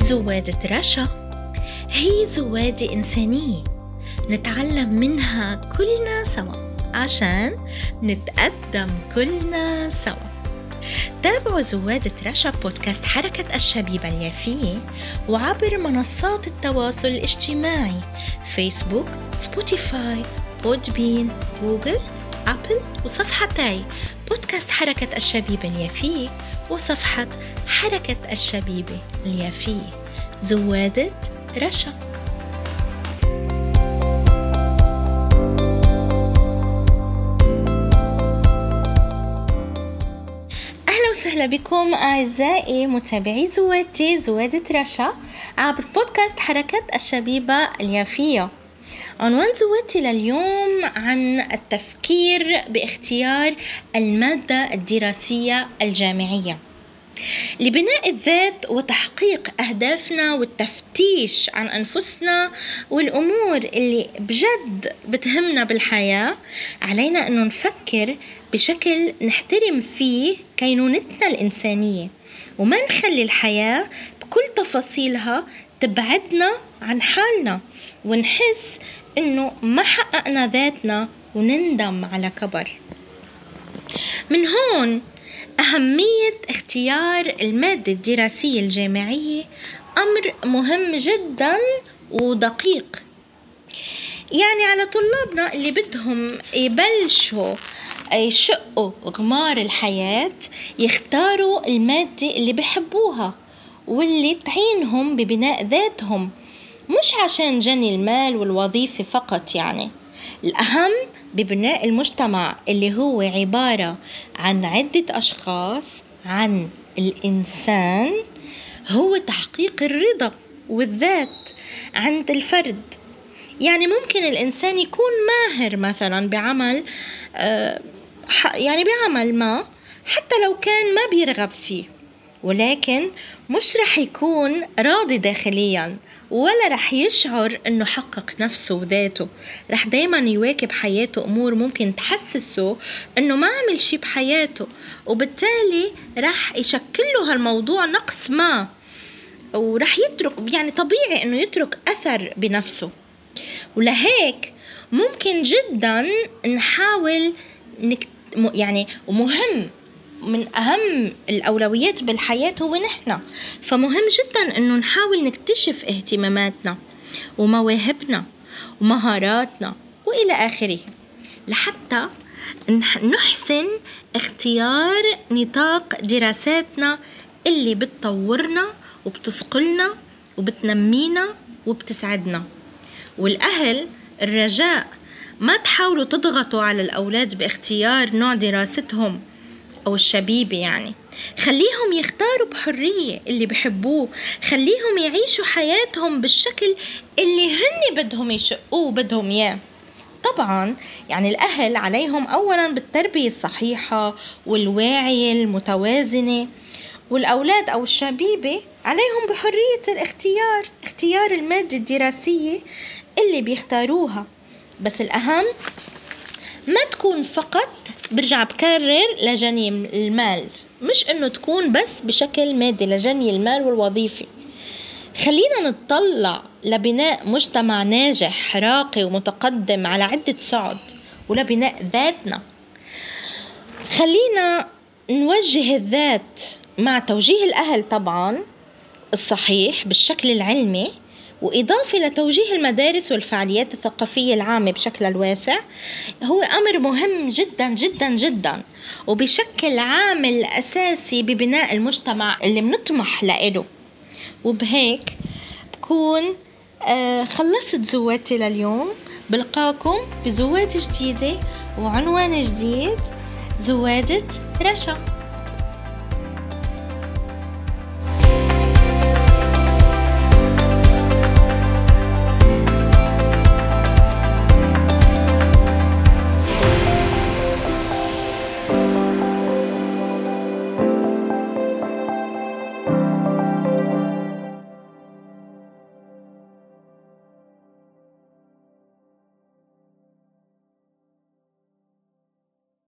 زوادة رشا هي زوادة إنسانية نتعلم منها كلنا سوا عشان نتقدم كلنا سوا. تابعوا زوادة رشا بودكاست حركة الشبيبة اليافية وعبر منصات التواصل الاجتماعي فيسبوك، سبوتيفاي، بودبين، جوجل، أبل، وصفحتي بودكاست حركة الشبيبة اليافية وصفحة حركة الشبيبة اليافية. زوادة رشا. أهلا وسهلا بكم أعزائي متابعي زوادة رشا عبر بودكاست حركة الشبيبة اليافية. عنوان زوادتي لليوم عن التفكير باختيار المادة الدراسية الجامعية لبناء الذات وتحقيق أهدافنا والتفتيش عن أنفسنا والأمور اللي بجد بتهمنا بالحياة. علينا أنه نفكر بشكل نحترم فيه كينونتنا الإنسانية وما نخلي الحياة بكل تفاصيلها تبعدنا عن حالنا ونحس أنه ما حققنا ذاتنا ونندم على كبر. من هون أهمية اختيار المادة الدراسية الجامعية أمر مهم جدا ودقيق. يعني على طلابنا اللي بدهم يبلشوا يشقوا غمار الحياة يختاروا المادة اللي بحبوها واللي تعينهم ببناء ذاتهم، مش عشان جني المال والوظيفة فقط. يعني الأهم ببناء المجتمع اللي هو عبارة عن عدة أشخاص، عن الإنسان، هو تحقيق الرضا والذات عند الفرد. يعني ممكن الإنسان يكون ماهر مثلا بعمل بعمل ما حتى لو كان ما بيرغب فيه، ولكن مش رح يكون راضي داخليا ولا رح يشعر انه حقق نفسه وذاته. رح دايما يواكب حياته امور ممكن تحسسه انه ما عمل شي بحياته، وبالتالي رح يشكل له هالموضوع نقص ما، ورح يترك يعني طبيعي انه يترك اثر بنفسه. ولهيك ممكن جدا نحاول ومهم من أهم الأولويات بالحياة هو نحن، فمهم جدا أنه نحاول نكتشف اهتماماتنا ومواهبنا ومهاراتنا وإلى آخره لحتى نحسن اختيار نطاق دراساتنا اللي بتطورنا وبتسقلنا وبتنمينا وبتسعدنا. والأهل الرجاء ما تحاولوا تضغطوا على الأولاد باختيار نوع دراستهم أو الشبيبة، يعني خليهم يختاروا بحرية اللي بحبوه، خليهم يعيشوا حياتهم بالشكل اللي هن بدهم يشقوه بدهم إياه. طبعا يعني الأهل عليهم أولا بالتربية الصحيحة والواعية المتوازنة، والأولاد أو الشبيبة عليهم بحرية اختيار المادة الدراسية اللي بيختاروها. بس الأهم ما تكون فقط برجع بكرر لجني المال، مش انه تكون بس بشكل مادي لجني المال والوظيفة. خلينا نتطلع لبناء مجتمع ناجح راقي ومتقدم على عدة صعد ولبناء ذاتنا. خلينا نوجه الذات مع توجيه الأهل طبعا الصحيح بالشكل العلمي، وإضافة لتوجيه المدارس والفعاليات الثقافية العامة بشكل الواسع. هو أمر مهم جدا جدا جدا وبشكل عامل أساسي ببناء المجتمع اللي بنطمح لإله. وبهيك بكون خلصت زوادتي لليوم. بلقاكم بزواد جديدة وعنوان جديد. زوادة رشا.